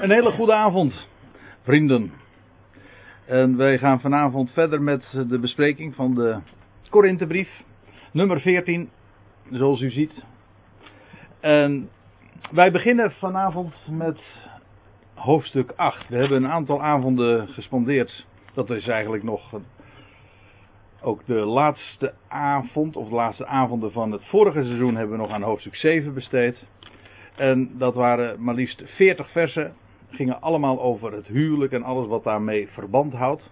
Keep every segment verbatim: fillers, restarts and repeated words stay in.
Een hele goede avond, vrienden. En wij gaan vanavond verder met de bespreking van de Korinthebrief, nummer veertien, zoals u ziet. En wij beginnen vanavond met hoofdstuk acht. We hebben een aantal avonden gespendeerd. Dat is eigenlijk nog ook de laatste avond, of de laatste avonden van het vorige seizoen hebben we nog aan hoofdstuk zeven besteed. En dat waren maar liefst veertig versen. Gingen allemaal over het huwelijk en alles wat daarmee verband houdt.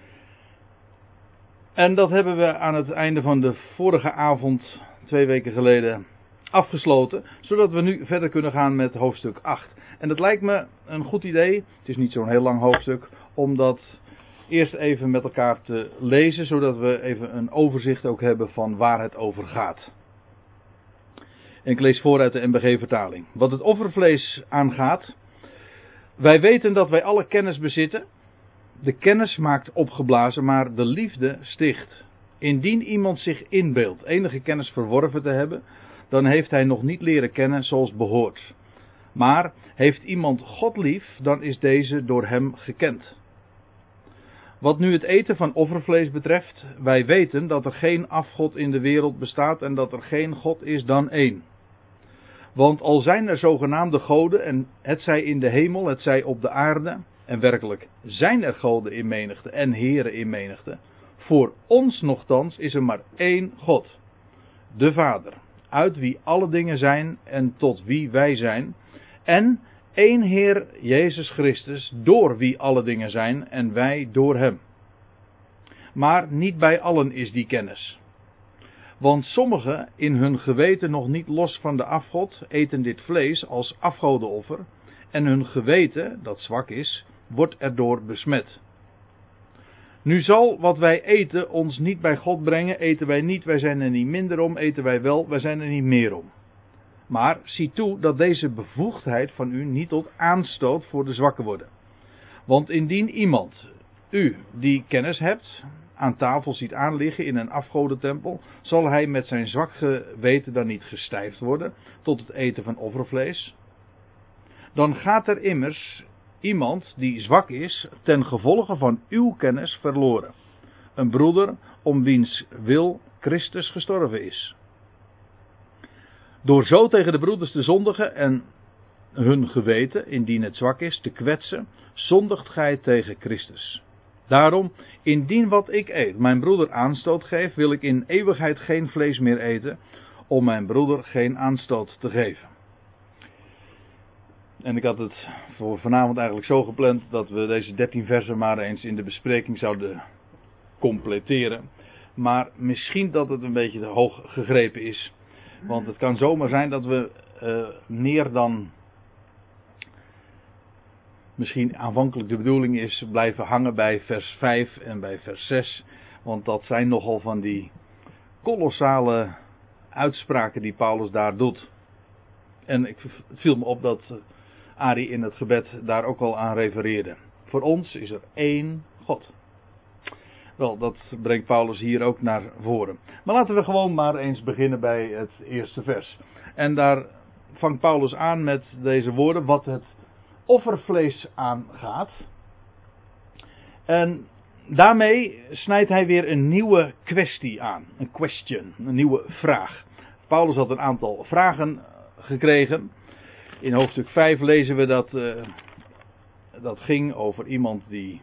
En dat hebben we aan het einde van de vorige avond, twee weken geleden, afgesloten. Zodat we nu verder kunnen gaan met hoofdstuk acht. En het lijkt me een goed idee, het is niet zo'n heel lang hoofdstuk, om dat eerst even met elkaar te lezen. Zodat we even een overzicht ook hebben van waar het over gaat. En ik lees voor uit de N B G-vertaling. Wat het offervlees aangaat. Wij weten dat wij alle kennis bezitten. De kennis maakt opgeblazen, maar de liefde sticht. Indien iemand zich inbeeldt enige kennis verworven te hebben, dan heeft hij nog niet leren kennen zoals behoort. Maar heeft iemand God lief, dan is deze door hem gekend. Wat nu het eten van offervlees betreft, wij weten dat er geen afgod in de wereld bestaat en dat er geen God is dan één. Want al zijn er zogenaamde goden, en het zij in de hemel, het zij op de aarde, en werkelijk zijn er goden in menigte en heren in menigte, voor ons nochtans is er maar één God, de Vader, uit wie alle dingen zijn en tot wie wij zijn, en één Heer Jezus Christus, door wie alle dingen zijn en wij door hem. Maar niet bij allen is die kennis. Want sommigen, in hun geweten nog niet los van de afgod, eten dit vlees als afgodenoffer, en hun geweten, dat zwak is, wordt erdoor besmet. Nu zal wat wij eten ons niet bij God brengen, eten wij niet, wij zijn er niet minder om, eten wij wel, wij zijn er niet meer om. Maar zie toe dat deze bevoegdheid van u niet tot aanstoot voor de zwakken worden. Want indien iemand, u die kennis hebt, aan tafel ziet aanliggen in een afgodentempel, zal hij met zijn zwak geweten dan niet gestijfd worden tot het eten van offervlees? Dan gaat er immers iemand die zwak is ten gevolge van uw kennis verloren. Een broeder om wiens wil Christus gestorven is. Door zo tegen de broeders te zondigen en hun geweten, indien het zwak is, te kwetsen, zondigt gij tegen Christus. Daarom, indien wat ik eet mijn broeder aanstoot geeft, wil ik in eeuwigheid geen vlees meer eten, om mijn broeder geen aanstoot te geven. En ik had het voor vanavond eigenlijk zo gepland dat we deze dertien versen maar eens in de bespreking zouden completeren. Maar misschien dat het een beetje te hoog gegrepen is. Want het kan zomaar zijn dat we uh, meer dan misschien aanvankelijk de bedoeling is blijven hangen bij vers vijf en bij vers zes. Want dat zijn nogal van die kolossale uitspraken die Paulus daar doet. En ik, het viel me op dat Arie in het gebed daar ook al aan refereerde. Voor ons is er één God. Wel, dat brengt Paulus hier ook naar voren. Maar laten we gewoon maar eens beginnen bij het eerste vers. En daar vangt Paulus aan met deze woorden, wat het offervlees aangaat. En daarmee snijdt hij weer een nieuwe kwestie aan. Een question, een nieuwe vraag. Paulus had een aantal vragen gekregen. In hoofdstuk vijf lezen we dat uh, dat ging over iemand die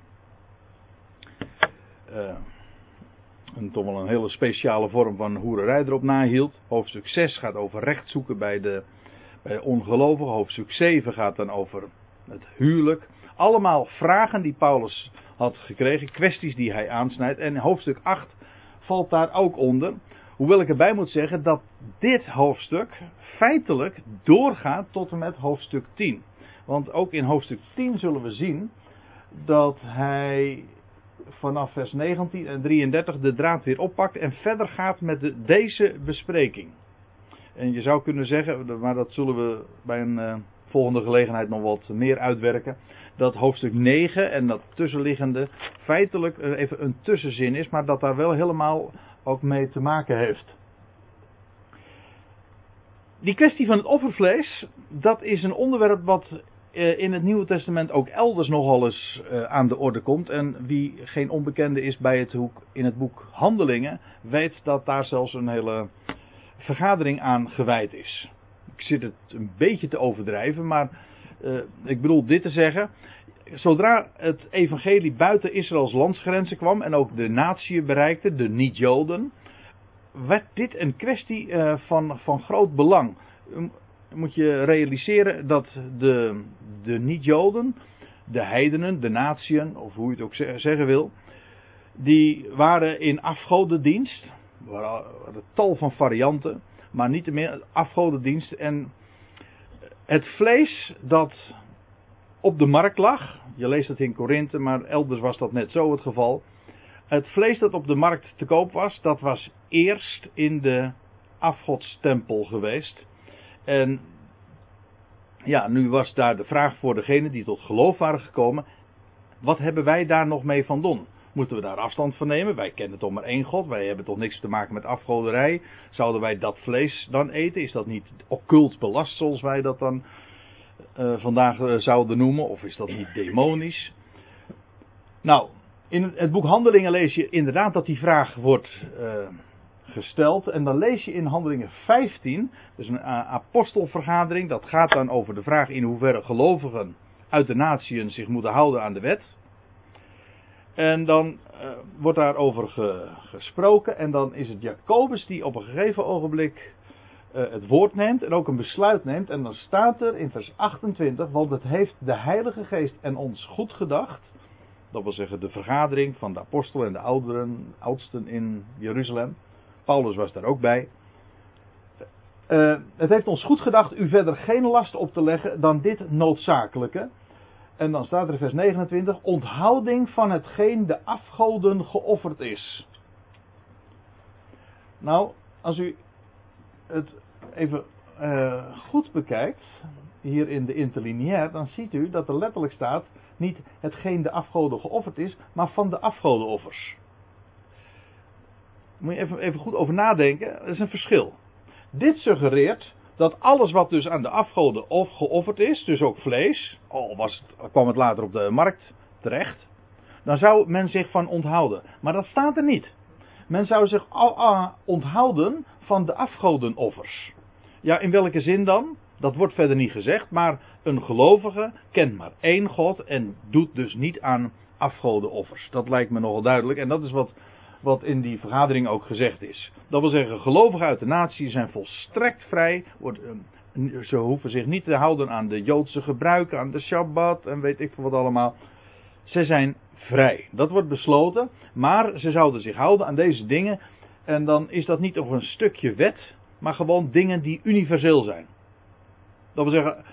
uh, een, toch wel een hele speciale vorm van hoererij erop nahield. Hoofdstuk zes gaat over recht zoeken bij de, bij de ongelovigen. Hoofdstuk zeven gaat dan over het huwelijk. Allemaal vragen die Paulus had gekregen, kwesties die hij aansnijdt. En hoofdstuk acht valt daar ook onder. Hoewel ik erbij moet zeggen dat dit hoofdstuk feitelijk doorgaat tot en met hoofdstuk tien. Want ook in hoofdstuk tien zullen we zien dat hij vanaf vers negentien en drieëndertig de draad weer oppakt en verder gaat met de, deze bespreking. En je zou kunnen zeggen, maar dat zullen we bij een uh, volgende gelegenheid nog wat meer uitwerken, dat hoofdstuk negen en dat tussenliggende feitelijk even een tussenzin is, maar dat daar wel helemaal ook mee te maken heeft. Die kwestie van het offervlees, dat is een onderwerp wat uh, in het Nieuwe Testament ook elders nogal eens uh, aan de orde komt. En wie geen onbekende is bij het hoek in het boek Handelingen, weet dat daar zelfs een hele vergadering aan gewijd is. Ik zit het een beetje te overdrijven, maar uh, ik bedoel dit te zeggen. Zodra het evangelie buiten Israëls landsgrenzen kwam en ook de natie bereikte, de niet-Joden, werd dit een kwestie uh, van, van groot belang. Um, moet je realiseren dat de, de niet-Joden, de heidenen, de natieën, of hoe je het ook zeggen wil, die waren in afgodendienst. Er waren een tal van varianten, maar niet meer afgodendienst. En het vlees dat op de markt lag, je leest het in Korinthe, maar elders was dat net zo het geval. Het vlees dat op de markt te koop was, dat was eerst in de afgodstempel geweest. En ja, nu was daar de vraag voor degenen die tot geloof waren gekomen: wat hebben wij daar nog mee van doen? Moeten we daar afstand van nemen? Wij kennen toch maar één God, wij hebben toch niks te maken met afgoderij. Zouden wij dat vlees dan eten? Is dat niet occult belast zoals wij dat dan uh, vandaag uh, zouden noemen? Of is dat niet demonisch? Nou, in het boek Handelingen lees je inderdaad dat die vraag wordt uh, gesteld. En dan lees je in Handelingen vijftien, dus een uh, apostelvergadering. Dat gaat dan over de vraag in hoeverre gelovigen uit de natieën zich moeten houden aan de wet. En dan uh, wordt daarover ge, gesproken. En dan is het Jacobus die op een gegeven ogenblik uh, het woord neemt en ook een besluit neemt. En dan staat er in vers achtentwintig, want het heeft de Heilige Geest en ons goed gedacht. Dat wil zeggen de vergadering van de apostelen en de ouderen, oudsten in Jeruzalem. Paulus was daar ook bij. Uh, het heeft ons goed gedacht u verder geen last op te leggen dan dit noodzakelijke. En dan staat er in vers negenentwintig, onthouding van hetgeen de afgoden geofferd is. Nou, als u het even uh, goed bekijkt, hier in de interlineair, dan ziet u dat er letterlijk staat, niet hetgeen de afgoden geofferd is, maar van de afgodenoffers. Moet je even, even goed over nadenken, dat is een verschil. Dit suggereert dat alles wat dus aan de afgoden of geofferd is, dus ook vlees, al was het, kwam het later op de markt terecht, dan zou men zich van onthouden. Maar dat staat er niet. Men zou zich al, al onthouden van de afgodenoffers. Ja, in welke zin dan? Dat wordt verder niet gezegd, maar een gelovige kent maar één God en doet dus niet aan afgodenoffers. Dat lijkt me nogal duidelijk en dat is wat, wat in die vergadering ook gezegd is. Dat wil zeggen, gelovigen uit de natie zijn volstrekt vrij. Ze hoeven zich niet te houden aan de Joodse gebruiken, aan de Shabbat en weet ik veel wat allemaal. Ze zijn vrij. Dat wordt besloten, maar ze zouden zich houden aan deze dingen. En dan is dat niet nog een stukje wet, maar gewoon dingen die universeel zijn. Dat wil zeggen,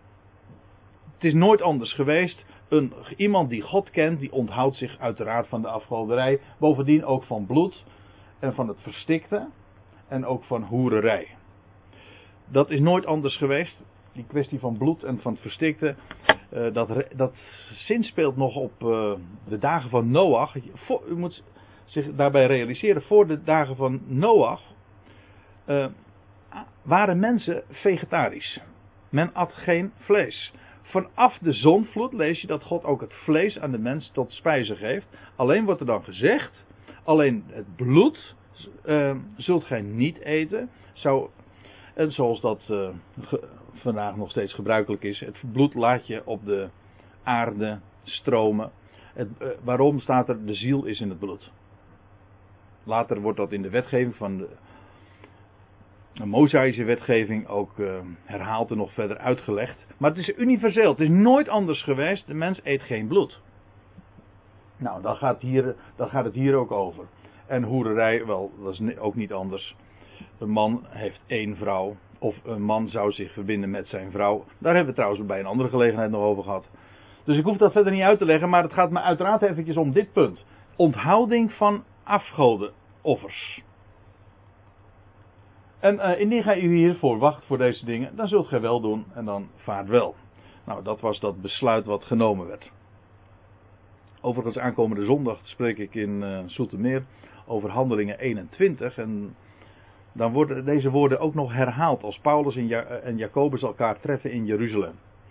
het is nooit anders geweest. Een, iemand die God kent, die onthoudt zich uiteraard van de afgoderij. Bovendien ook van bloed en van het verstikte en ook van hoererij. Dat is nooit anders geweest. Die kwestie van bloed en van het verstikte, uh, dat, dat zinspeelt nog op uh, de dagen van Noach. Voor, u moet zich daarbij realiseren, voor de dagen van Noach uh, waren mensen vegetarisch. Men at geen vlees. Vanaf de zondvloed lees je dat God ook het vlees aan de mens tot spijze geeft. Alleen wordt er dan gezegd, alleen het bloed uh, zult gij niet eten. Zou, en zoals dat uh, ge, vandaag nog steeds gebruikelijk is, het bloed laat je op de aarde stromen. Het, uh, waarom staat er, de ziel is in het bloed. Later wordt dat in de wetgeving van de een Mosaïsche wetgeving ook uh, herhaald en nog verder uitgelegd. Maar het is universeel. Het is nooit anders geweest. De mens eet geen bloed. Nou, dan gaat, hier, dan gaat het hier ook over. En hoererij, wel, dat is ook niet anders. Een man heeft één vrouw. Of een man zou zich verbinden met zijn vrouw. Daar hebben we trouwens bij een andere gelegenheid nog over gehad. Dus ik hoef dat verder niet uit te leggen. Maar het gaat me uiteraard eventjes om dit punt. Onthouding van afgodenoffers. En uh, indien gij u hiervoor wacht voor deze dingen, dan zult gij wel doen en dan vaart wel. Nou, dat was dat besluit wat genomen werd. Overigens aankomende zondag spreek ik in uh, Zoetermeer over Handelingen eenentwintig. En dan worden deze woorden ook nog herhaald als Paulus en, ja- en Jacobus elkaar treffen in Jeruzalem.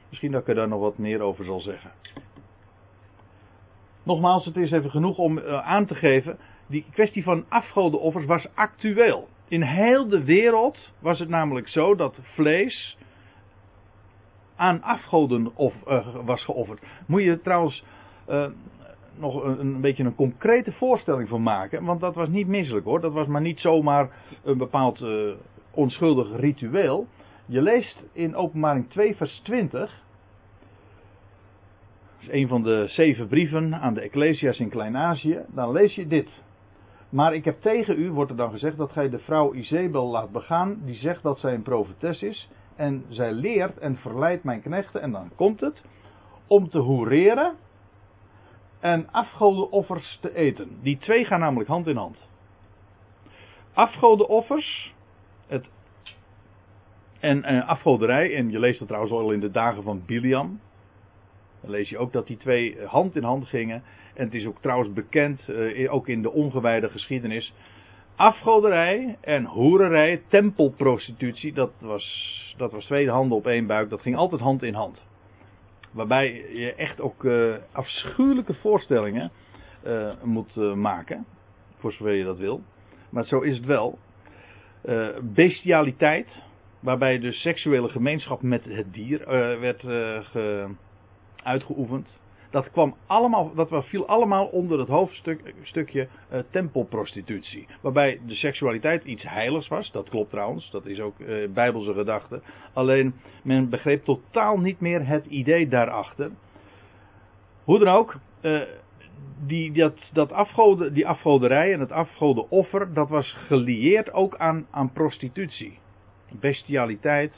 Misschien dat ik er daar nog wat meer over zal zeggen. Nogmaals, het is even genoeg om uh, aan te geven. Die kwestie van afgodenoffers was actueel. In heel de wereld was het namelijk zo dat vlees aan afgoden of, uh, was geofferd. Moet je trouwens uh, nog een, een beetje een concrete voorstelling van maken. Want dat was niet misselijk hoor. Dat was maar niet zomaar een bepaald uh, onschuldig ritueel. Je leest in Openbaring twee vers twintig. Dat is een van de zeven brieven aan de Ecclesia's in Klein-Azië. Dan lees je dit. Maar ik heb tegen u, wordt er dan gezegd, dat gij de vrouw Izebel laat begaan. Die zegt dat zij een profetes is. En zij leert en verleidt mijn knechten. En dan komt het. Om te hoereren. En afgodenoffers te eten. Die twee gaan namelijk hand in hand. Afgodenoffers. Het, en, en afgoderij. En je leest dat trouwens al in de dagen van Biliam. Dan lees je ook dat die twee hand in hand gingen. En het is ook trouwens bekend, uh, ook in de ongewijde geschiedenis. Afgoderij en hoererij, tempelprostitutie, dat was, dat was twee handen op één buik. Dat ging altijd hand in hand. Waarbij je echt ook uh, afschuwelijke voorstellingen uh, moet uh, maken. Voor zover je dat wil. Maar zo is het wel. Uh, bestialiteit. Waarbij de seksuele gemeenschap met het dier uh, werd uh, ge, uitgeoefend. Dat kwam allemaal, dat viel allemaal onder het hoofdstukje uh, tempelprostitutie. Waarbij de seksualiteit iets heiligs was. Dat klopt trouwens. Dat is ook uh, bijbelse gedachte. Alleen men begreep totaal niet meer het idee daarachter. Hoe dan ook. Uh, die, dat, dat afgoden, die afgoderij en het afgodenoffer. Dat was gelieerd ook aan, aan prostitutie. Bestialiteit.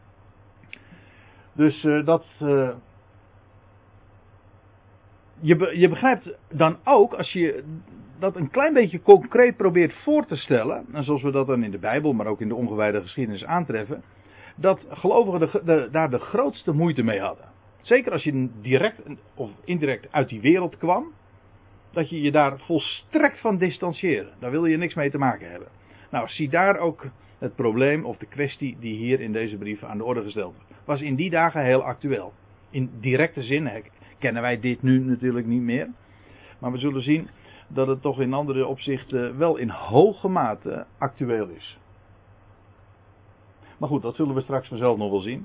Dus uh, dat... Uh, Je, be, je begrijpt dan ook, als je dat een klein beetje concreet probeert voor te stellen, en zoals we dat dan in de Bijbel, maar ook in de ongewijde geschiedenis aantreffen, dat gelovigen de, de, daar de grootste moeite mee hadden. Zeker als je direct of indirect uit die wereld kwam, dat je je daar volstrekt van distancieren. Daar wil je niks mee te maken hebben. Nou, zie daar ook het probleem of de kwestie die hier in deze brief aan de orde gesteld wordt. Was in die dagen heel actueel. In directe zin kennen wij dit nu natuurlijk niet meer. Maar we zullen zien dat het toch in andere opzichten wel in hoge mate actueel is. Maar goed, dat zullen we straks vanzelf nog wel zien.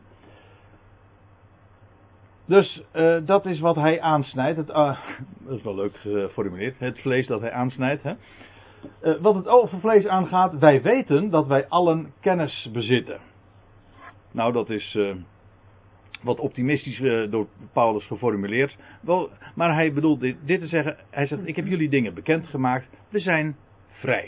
Dus uh, dat is wat hij aansnijdt. Het, uh, dat is wel leuk geformuleerd. Het vlees dat hij aansnijdt. Hè? Uh, wat het overvlees aangaat, wij weten dat wij allen kennis bezitten. Nou, dat is... Uh, Wat optimistisch uh, door Paulus geformuleerd. Wel, maar hij bedoelt dit, dit te zeggen. Hij zegt, ik heb jullie dingen bekendgemaakt. We zijn vrij.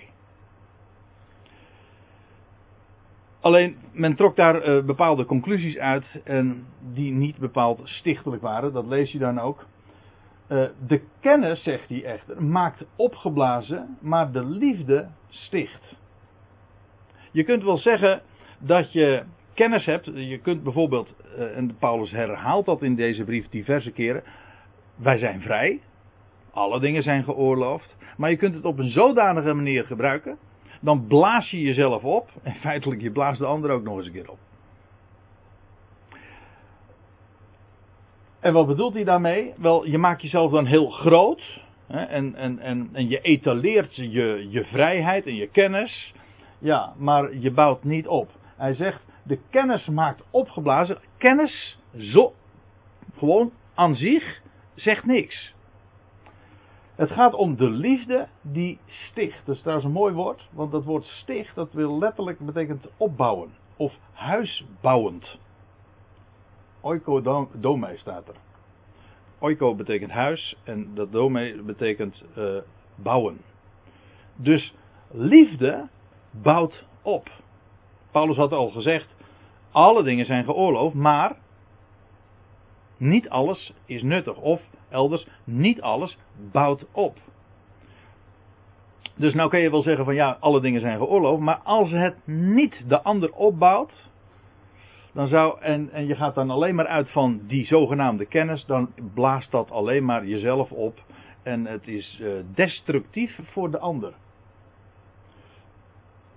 Alleen, men trok daar uh, bepaalde conclusies uit. En die niet bepaald stichtelijk waren. Dat lees je dan ook. Uh, de kennis, zegt hij echter, maakt opgeblazen. Maar de liefde sticht. Je kunt wel zeggen dat je... kennis hebt. Je kunt bijvoorbeeld, en Paulus herhaalt dat in deze brief diverse keren. Wij zijn vrij. Alle dingen zijn geoorloofd. Maar je kunt het op een zodanige manier gebruiken. Dan blaas je jezelf op. En feitelijk, je blaast de ander ook nog eens een keer op. En wat bedoelt hij daarmee? Wel, je maakt jezelf dan heel groot. Hè, en, en, en, en je etaleert je, je vrijheid en je kennis. Ja, maar je bouwt niet op. Hij zegt... De kennis maakt opgeblazen. Kennis, zo, gewoon aan zich, zegt niks. Het gaat om de liefde die sticht. Dat is trouwens een mooi woord. Want dat woord sticht, dat wil letterlijk betekent opbouwen. Of huisbouwend. Oikodome staat er. Oiko betekent huis. En dat dome betekent uh, bouwen. Dus liefde bouwt op. Paulus had al gezegd, alle dingen zijn geoorloofd, maar niet alles is nuttig. Of elders, niet alles bouwt op. Dus nou kun je wel zeggen van ja, alle dingen zijn geoorloofd, maar als het niet de ander opbouwt, dan zou, en, en je gaat dan alleen maar uit van die zogenaamde kennis, dan blaast dat alleen maar jezelf op en het is uh, destructief voor de ander.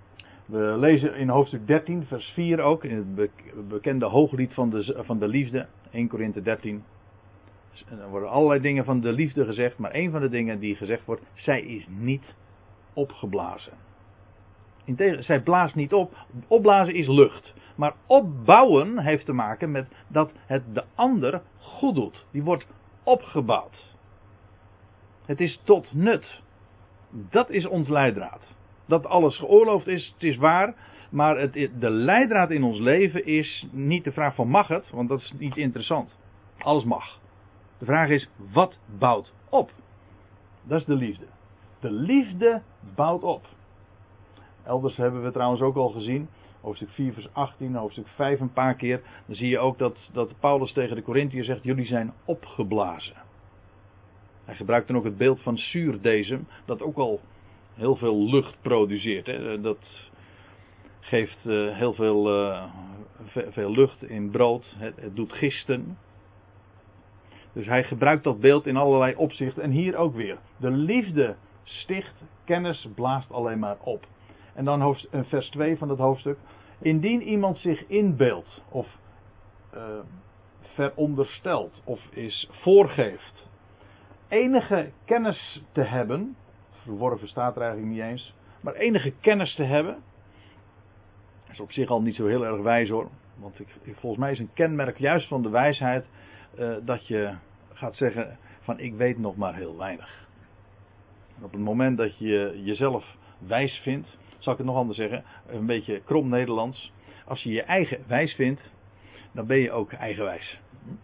We lezen in hoofdstuk dertien, vers vier ook, in het bekende hooglied van de, van de liefde, eerste Korinthe dertien. Er worden allerlei dingen van de liefde gezegd, maar een van de dingen die gezegd wordt, zij is niet opgeblazen. Integendeel, zij blaast niet op. Opblazen is lucht. Maar opbouwen heeft te maken met dat het de ander goed doet. Die wordt opgebouwd. Het is tot nut. Dat is ons leidraad. Dat alles geoorloofd is, het is waar. Maar het, de leidraad in ons leven is niet de vraag van mag het, want dat is niet interessant. Alles mag. De vraag is, wat bouwt op? Dat is de liefde. De liefde bouwt op. Elders hebben we trouwens ook al gezien, hoofdstuk vier vers achttien, hoofdstuk vijf een paar keer. Dan zie je ook dat, dat Paulus tegen de Korinthiërs zegt, jullie zijn opgeblazen. Hij gebruikt dan ook het beeld van zuurdesem, dat ook al heel veel lucht produceert. Hè. Dat geeft uh, heel veel, uh, ve- veel lucht in brood, het, het doet gisten. Dus hij gebruikt dat beeld in allerlei opzichten. En hier ook weer. De liefde sticht, kennis blaast alleen maar op. En dan hoofd, vers twee van het hoofdstuk. Indien iemand zich inbeeldt of uh, veronderstelt of is voorgeeft enige kennis te hebben, verworven staat er eigenlijk niet eens, maar enige kennis te hebben, is op zich al niet zo heel erg wijs hoor. Want ik, volgens mij is een kenmerk juist van de wijsheid uh, dat je gaat zeggen van ik weet nog maar heel weinig. En op het moment dat je jezelf wijs vindt, zal ik het nog anders zeggen, een beetje krom Nederlands. Als je je eigen wijs vindt, dan ben je ook eigenwijs.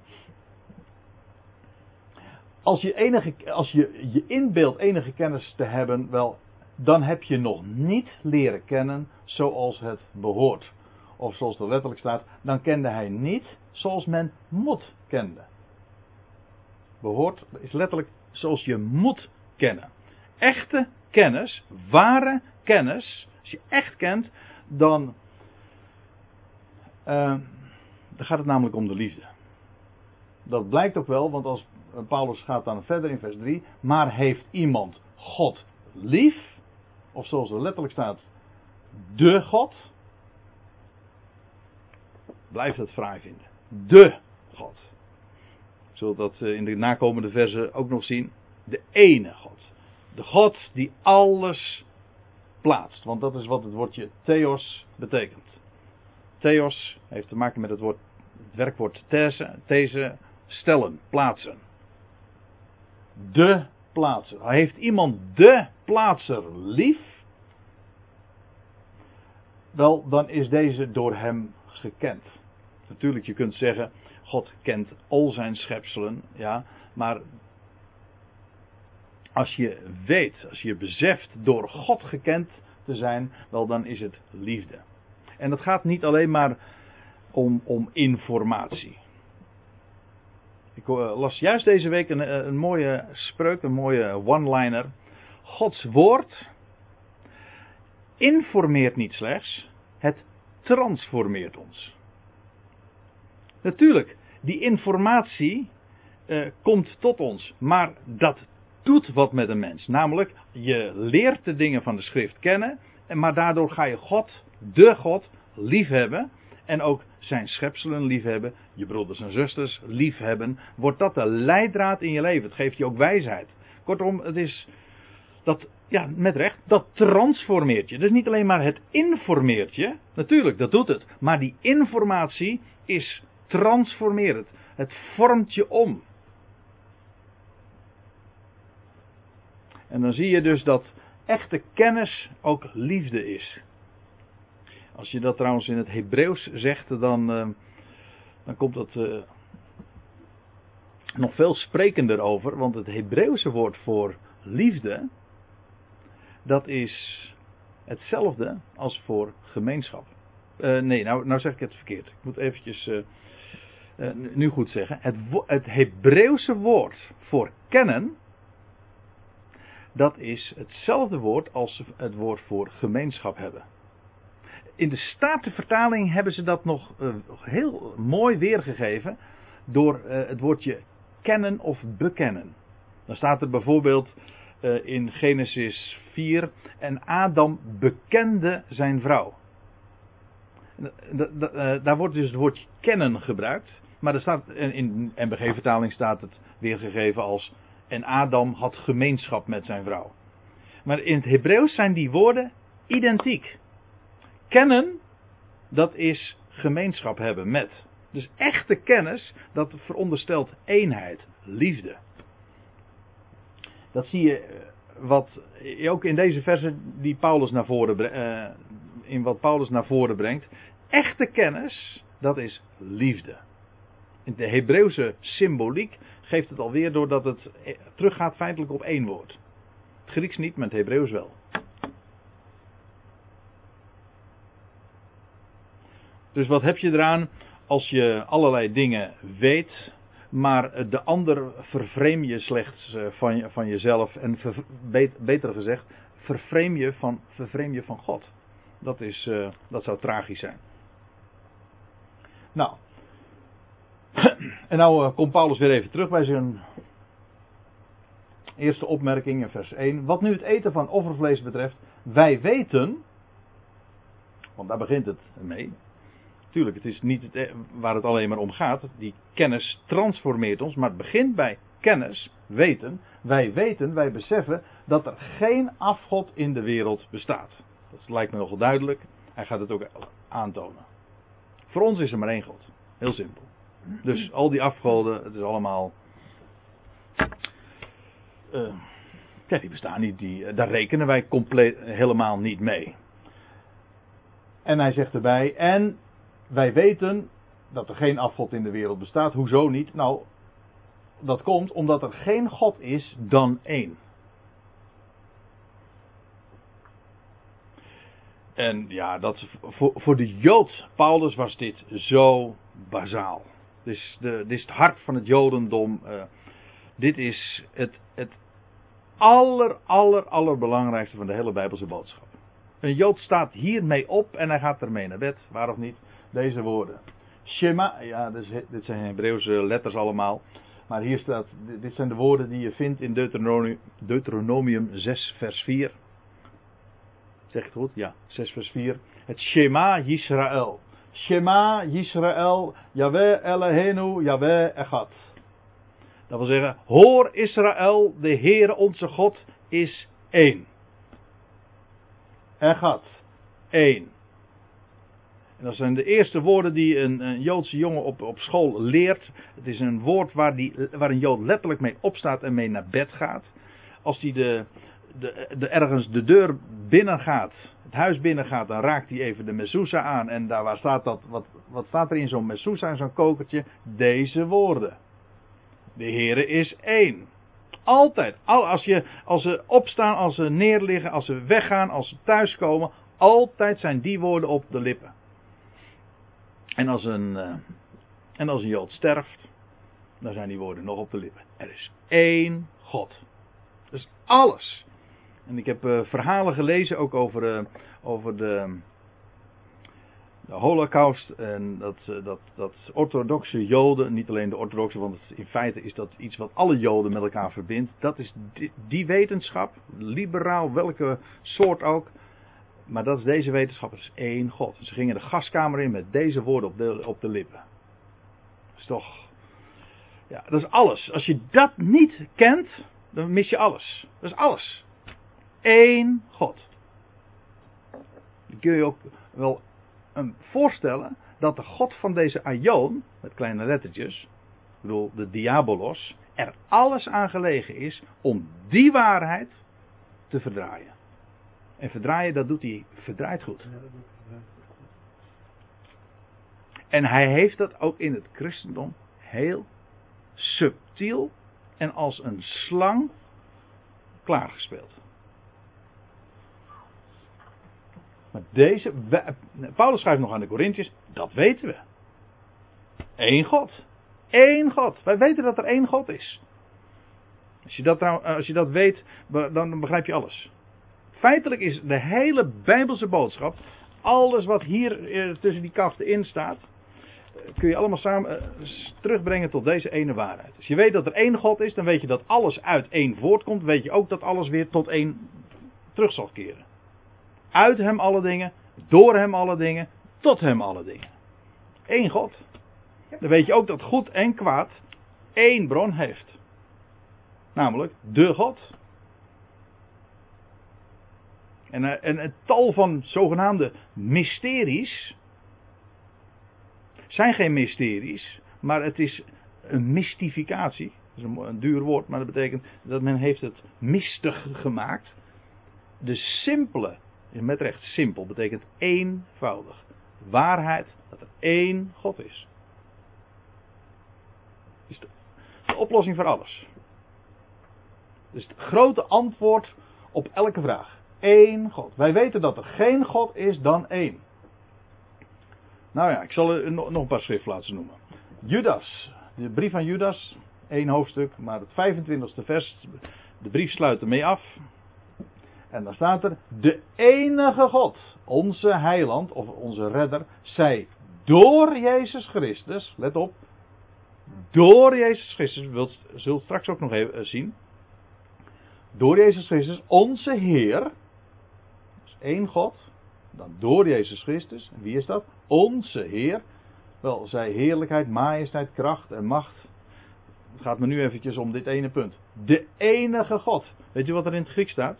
Als je, enige, als je je inbeeldt enige kennis te hebben, wel, dan heb je nog niet leren kennen zoals het behoort. Of zoals er letterlijk staat, dan kende hij niet zoals men moet kennen. Behoort is letterlijk zoals je moet kennen. Echte kennis, ware kennis, als je echt kent, dan, uh, dan gaat het namelijk om de liefde. Dat blijkt ook wel, want als Paulus gaat dan verder in vers drie, maar heeft iemand God lief, of zoals er letterlijk staat, de God, blijft het fraai vinden. De God. Ik zul dat in de nakomende versen ook nog zien. De ene God. De God die alles plaatst. Want dat is wat het woordje theos betekent. Theos heeft te maken met het, woord, het werkwoord these, these, stellen, plaatsen. De plaatser. Heeft iemand de plaatser lief? Wel, dan is deze door hem gekend. Natuurlijk, je kunt zeggen, God kent al zijn schepselen, ja, maar als je weet, als je beseft door God gekend te zijn, wel dan is het liefde. En het gaat niet alleen maar om, om informatie. Ik las juist deze week een, een mooie spreuk, een mooie one-liner. Gods woord informeert niet slechts, het transformeert ons. Natuurlijk, die informatie uh, komt tot ons, maar dat doet wat met een mens. Namelijk, je leert de dingen van de schrift kennen, maar daardoor ga je God, de God, liefhebben. En ook zijn schepselen liefhebben, je broeders en zusters liefhebben. Wordt dat de leidraad in je leven? Het geeft je ook wijsheid. Kortom, het is dat, ja, met recht, dat transformeert je. Dus niet alleen maar het informeert je. Natuurlijk, dat doet het. Maar die informatie is transformerend. Het vormt je om. En dan zie je dus dat echte kennis ook liefde is. Als je dat trouwens in het Hebreeuws zegt, dan, uh, dan komt dat uh, nog veel sprekender over. Want het Hebreeuwse woord voor liefde, dat is hetzelfde als voor gemeenschap. Uh, nee, nou, nou zeg ik het verkeerd. Ik moet eventjes uh, uh, nu goed zeggen. Het, wo- het Hebreeuwse woord voor kennen, dat is hetzelfde woord als het woord voor gemeenschap hebben. In de Statenvertaling hebben ze dat nog uh, heel mooi weergegeven door uh, het woordje kennen of bekennen. Dan staat er bijvoorbeeld, uh, in Genesis vier. En Adam bekende zijn vrouw. D- d- d- uh, daar wordt dus het woordje kennen gebruikt. Maar er staat, in N B G-vertaling staat het weergegeven als... En Adam had gemeenschap met zijn vrouw. Maar in het Hebreeuws zijn die woorden identiek. Kennen, dat is gemeenschap hebben met. Dus echte kennis, dat veronderstelt eenheid, liefde. Dat zie je wat ook in deze versen die Paulus naar voren, uh, in wat Paulus naar voren brengt. Echte kennis, dat is liefde. In de Hebreeuwse symboliek geeft het alweer doordat het teruggaat feitelijk op één woord. Het Grieks niet, maar het Hebreeuws wel. Dus wat heb je eraan als je allerlei dingen weet, maar de ander vervreem je slechts van, van jezelf en ver, beter gezegd, vervreem je van, vervreem je van God. Dat, is, uh, dat zou tragisch zijn. Nou, en nou uh, komt Paulus weer even terug bij zijn eerste opmerking in vers één. Wat nu het eten van offervlees betreft, wij weten, want daar begint het mee. Tuurlijk, het is niet het, waar het alleen maar om gaat. Die kennis transformeert ons, maar het begint bij kennis, weten. Wij weten, wij beseffen dat er geen afgod in de wereld bestaat. Dat lijkt me nogal duidelijk. Hij gaat het ook aantonen. Voor ons is er maar één God. Heel simpel. Dus al die afgoden, het is allemaal... Uh, ja, die bestaan niet. Die, daar rekenen wij compleet helemaal niet mee. En hij zegt erbij, en wij weten dat er geen afgod in de wereld bestaat. Hoezo niet? Nou, dat komt omdat er geen God is dan één. En ja, dat, voor, voor de Jood Paulus was dit zo bazaal. Dit is, de, dit is het hart van het Jodendom. Uh, dit is het, het aller, aller, allerbelangrijkste van de hele Bijbelse boodschap. Een Jood staat hiermee op en hij gaat ermee naar bed. Waar of niet? Deze woorden. Shema, ja, dit, is, dit zijn Hebreeuwse letters allemaal. Maar hier staat, dit zijn de woorden die je vindt in Deuteronomium, Deuteronomium zes vers vier. Zeg ik het goed? Ja, zes vers vier. Het Shema Yisrael. Shema Yisrael, Yahweh Eloheinu, Yahweh Echad. Dat wil zeggen, hoor Israël, de Heere onze God is één. Echad, één. En dat zijn de eerste woorden die een, een Joodse jongen op, op school leert. Het is een woord waar, die, waar een Jood letterlijk mee opstaat en mee naar bed gaat. Als hij de, de, de, ergens de deur binnen gaat, het huis binnen gaat, dan raakt hij even de mezouza aan. En daar waar staat dat, wat, wat staat er in zo'n mezouza, in zo'n kokertje? Deze woorden. De Heere is één. Altijd. Als, je, als ze opstaan, als ze neerliggen, als ze weggaan, als ze thuiskomen. Altijd zijn die woorden op de lippen. En als een, uh, en als een Jood sterft, dan zijn die woorden nog op de lippen. Er is één God. Dat is alles. En ik heb uh, verhalen gelezen ook over, uh, over de, de Holocaust. En dat, uh, dat, dat orthodoxe Joden, niet alleen de orthodoxe, want het, in feite is dat iets wat alle Joden met elkaar verbindt. Dat is die, die wetenschap, liberaal, welke soort ook. Maar dat is deze wetenschap, er is één God. Ze gingen de gaskamer in met deze woorden op de, op de lippen. Dat is toch... Ja, dat is alles. Als je dat niet kent, dan mis je alles. Dat is alles. Eén God. Dan kun je ook wel um, voorstellen dat de God van deze Aion, met kleine lettertjes, ik bedoel de diabolos, er alles aan gelegen is om die waarheid te verdraaien. En verdraaien, dat doet hij verdraaid goed. En hij heeft dat ook in het christendom heel subtiel en als een slang klaargespeeld. Maar deze, Paulus schrijft nog aan de Korinthiërs, dat weten we. Eén God. Eén God. Wij weten dat er één God is. Als je dat, nou, als je dat weet, dan begrijp je alles. Feitelijk is de hele Bijbelse boodschap, alles wat hier tussen die kaften in staat, kun je allemaal samen uh, terugbrengen tot deze ene waarheid. Als je weet dat er één God is, dan weet je dat alles uit één voortkomt. Weet je ook dat alles weer tot één terug zal keren. Uit hem alle dingen, door hem alle dingen, tot hem alle dingen. Eén God. Dan weet je ook dat goed en kwaad één bron heeft. Namelijk de God. En, en het tal van zogenaamde mysteries zijn geen mysteries, maar het is een mystificatie. Dat is een, een duur woord, maar dat betekent dat men heeft het mistig gemaakt. De simpele, met recht simpel, betekent eenvoudig. Waarheid dat er één God is. Is de, de oplossing voor alles. Dus het grote antwoord op elke vraag. Eén God. Wij weten dat er geen God is dan één. Nou ja, ik zal er nog een paar schriftplaatsen noemen. Judas. De brief van Judas. één hoofdstuk, maar het vijfentwintigste vers. De brief sluit ermee af. En dan staat er. De enige God. Onze heiland of onze redder. Zij door Jezus Christus. Let op. Door Jezus Christus. We zullen het straks ook nog even zien. Door Jezus Christus. Onze Heer. Dus één God. Dan door Jezus Christus. En wie is dat? Onze Heer. Wel, zij heerlijkheid, majesteit, kracht en macht. Het gaat me nu eventjes om dit ene punt. De enige God. Weet je wat er in het Grieks staat?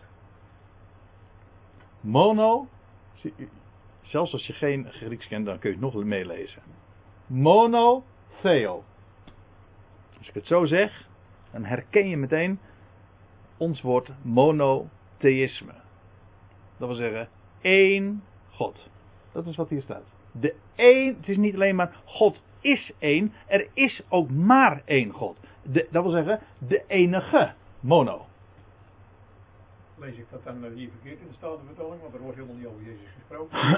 Mono. Zelfs als je geen Grieks kent, dan kun je het nog meelezen. Mono Theo. Als ik het zo zeg, dan herken je meteen ons woord monotheïsme. Dat wil zeggen, één God. Dat is wat hier staat. De één, het is niet alleen maar God is één, er is ook maar één God. De, dat wil zeggen, de enige mono. Lees ik dat dan hier verkeerd in de Statenvertaling, want er wordt helemaal niet over Jezus gesproken.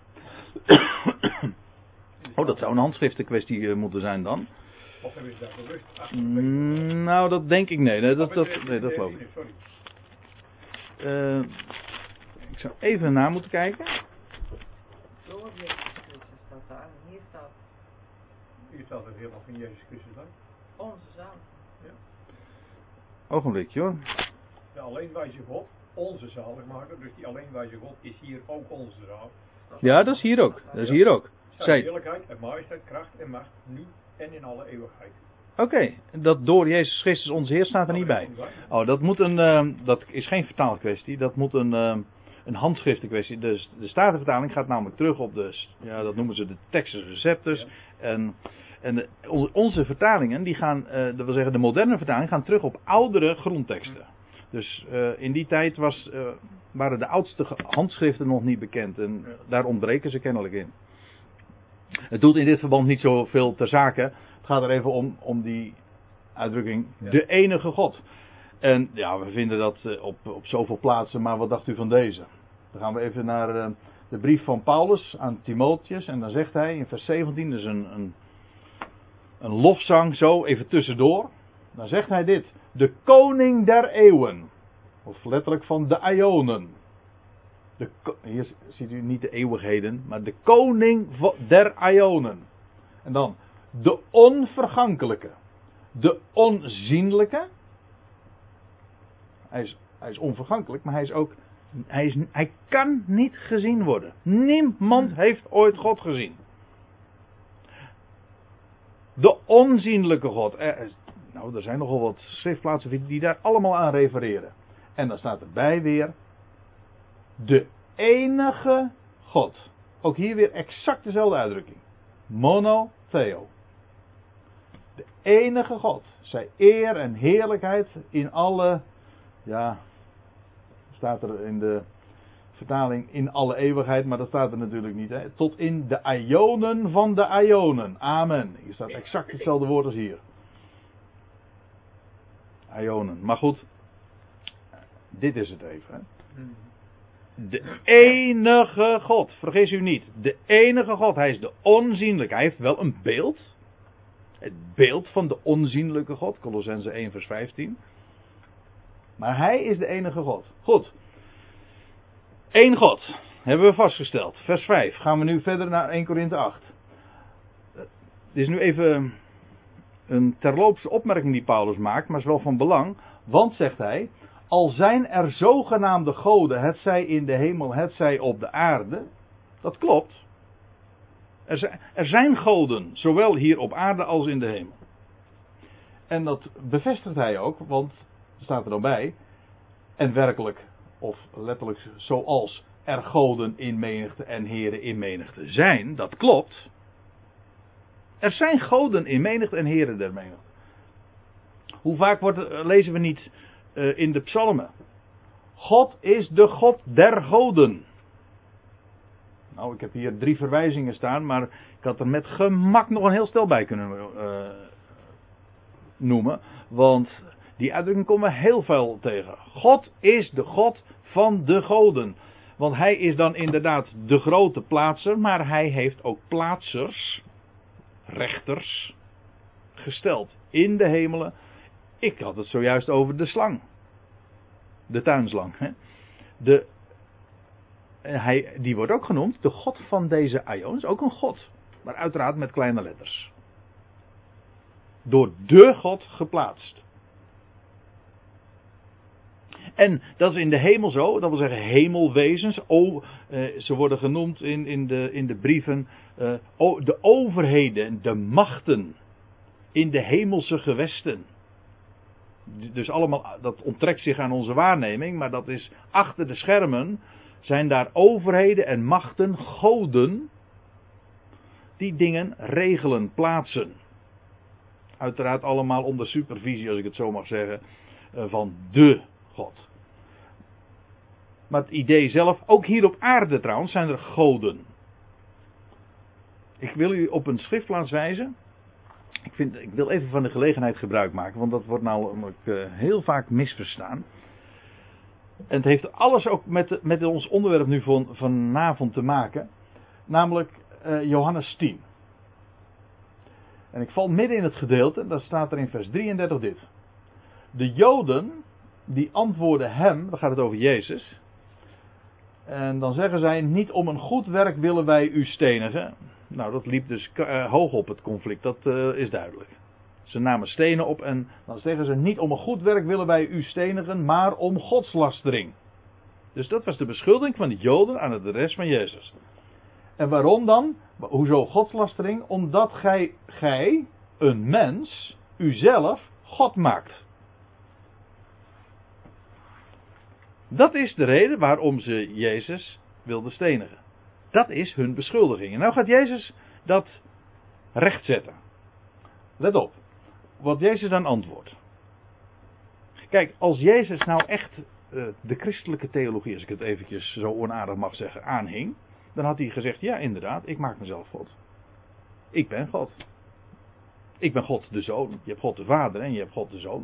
Oh, dat zou een handschriftenkwestie uh, moeten zijn dan. Of hebben ze daar bewust? Mm, nou, dat denk ik nee. Nee, dat, dat, nee, dat geloof ik. Sorry. Uh, ik zou even na moeten kijken. Door Jezus Christus staat daar. En hier staat. Hier staat er helemaal geen Jezus Christus dan. Onze zaal. Ja. Ogenblikje hoor. De alleenwijze God, onze zaligmaker, dus die alleenwijze God is hier ook onze zaal. Ja, dat is hier ook. Dat is hier ook. Zijn Zij... heerlijkheid en majesteit, kracht en macht, nu en in alle eeuwigheid. Oké, okay. Dat door Jezus Christus onze Heer staat er niet bij. Oh, dat moet een, uh, dat is geen vertaalkwestie, dat moet een, uh, een handschriftenkwestie. Dus de Statenvertaling gaat namelijk terug op de, ja, dat noemen ze de Textus Receptus. Ja. En, en de, onze vertalingen, die gaan, uh, dat wil zeggen de moderne vertalingen, gaan terug op oudere grondteksten. Dus uh, in die tijd was, uh, waren de oudste handschriften nog niet bekend en daar ontbreken ze kennelijk in. Het doet in dit verband niet zoveel ter zake. Het gaat er even om, om die uitdrukking, ja. De enige God. En ja, we vinden dat uh, op, op zoveel plaatsen, maar wat dacht u van deze? Dan gaan we even naar uh, de brief van Paulus aan Timotheus. En dan zegt hij in vers zeventien, dus een, een, een lofzang zo, even tussendoor. Dan zegt hij dit, de koning der eeuwen. Of letterlijk van de Ionen. De, hier ziet u niet de eeuwigheden, maar de koning der Ionen. En dan de onvergankelijke, de onzienlijke. Hij is, hij is onvergankelijk, maar hij is ook, hij, is, hij kan niet gezien worden. Niemand heeft ooit God gezien. De onzienlijke God. Er, nou, er zijn nogal wat schriftplaatsen die daar allemaal aan refereren. En dan staat erbij weer de enige God. Ook hier weer exact dezelfde uitdrukking. Monotheo. De enige God. Zij eer en heerlijkheid in alle, ja, staat er in de vertaling in alle eeuwigheid, maar dat staat er natuurlijk niet. Hè? Tot in de Ionen van de Ionen. Amen. Hier staat exact hetzelfde woord als hier. Ionen. Maar goed, dit is het even. Hè? De enige God, vergis u niet. De enige God, hij is de onzienlijke. Hij heeft wel een beeld. Het beeld van de onzienlijke God. Kolossenzen één vers vijftien. Maar hij is de enige God. Goed. Eén God. Hebben we vastgesteld. Vers vijf. Gaan we nu verder naar eerste Korinthe acht. Dit is nu even een terloopse opmerking die Paulus maakt, maar is wel van belang. Want, zegt hij, al zijn er zogenaamde goden, hetzij in de hemel, hetzij op de aarde. Dat klopt. Er zijn, er zijn goden, zowel hier op aarde als in de hemel. En dat bevestigt hij ook, want er staat er dan bij. En werkelijk, of letterlijk zoals er goden in menigte en heren in menigte zijn. Dat klopt. Er zijn goden in menigte en heren der menigte. Hoe vaak wordt, lezen we niet uh, in de psalmen. God is de God der goden. Nou, ik heb hier drie verwijzingen staan, maar ik had er met gemak nog een heel stel bij kunnen uh, noemen. Want die uitdrukking komen we heel veel tegen. God is de God van de goden. Want hij is dan inderdaad de grote plaatser, maar hij heeft ook plaatsers, rechters, gesteld in de hemelen. Ik had het zojuist over de slang. De tuinslang. Hè? De, hij, die wordt ook genoemd de God van deze aions. Ook een God. Maar uiteraard met kleine letters. Door de God geplaatst. En dat is in de hemel zo. Dat wil zeggen hemelwezens. O, eh, ze worden genoemd in, in, de, in de brieven. Eh, o, de overheden. De machten. In de hemelse gewesten. Dus allemaal, dat onttrekt zich aan onze waarneming, maar dat is achter de schermen, zijn daar overheden en machten, goden, die dingen regelen, plaatsen. Uiteraard allemaal onder supervisie, als ik het zo mag zeggen, van de God. Maar het idee zelf, ook hier op aarde trouwens, zijn er goden. Ik wil u op een schriftplaats wijzen. Ik, vind, ik wil even van de gelegenheid gebruik maken, want dat wordt namelijk uh, heel vaak misverstaan. En het heeft alles ook met, met ons onderwerp nu van, vanavond te maken. Namelijk uh, Johannes tien. En ik val midden in het gedeelte, daar staat er in vers drieëndertig dit. De Joden, die antwoorden hem, dan gaat het over Jezus. En dan zeggen zij, niet om een goed werk willen wij u stenigen. Nou, dat liep dus uh, hoog op het conflict, dat uh, is duidelijk. Ze namen stenen op en dan zeggen ze, niet om een goed werk willen wij u stenigen, maar om godslastering. Dus dat was de beschuldiging van de Joden aan het adres van Jezus. En waarom dan? Hoezo godslastering? Omdat gij, gij, een mens, uzelf God maakt. Dat is de reden waarom ze Jezus wilden stenigen. Dat is hun beschuldiging. En nou gaat Jezus dat rechtzetten. Let op. Wat Jezus dan antwoordt. Kijk, als Jezus nou echt uh, de christelijke theologie, als ik het eventjes zo onaardig mag zeggen, aanhing. Dan had hij gezegd, ja inderdaad, ik maak mezelf God. Ik ben God. Ik ben God de Zoon. Je hebt God de Vader en je hebt God de Zoon.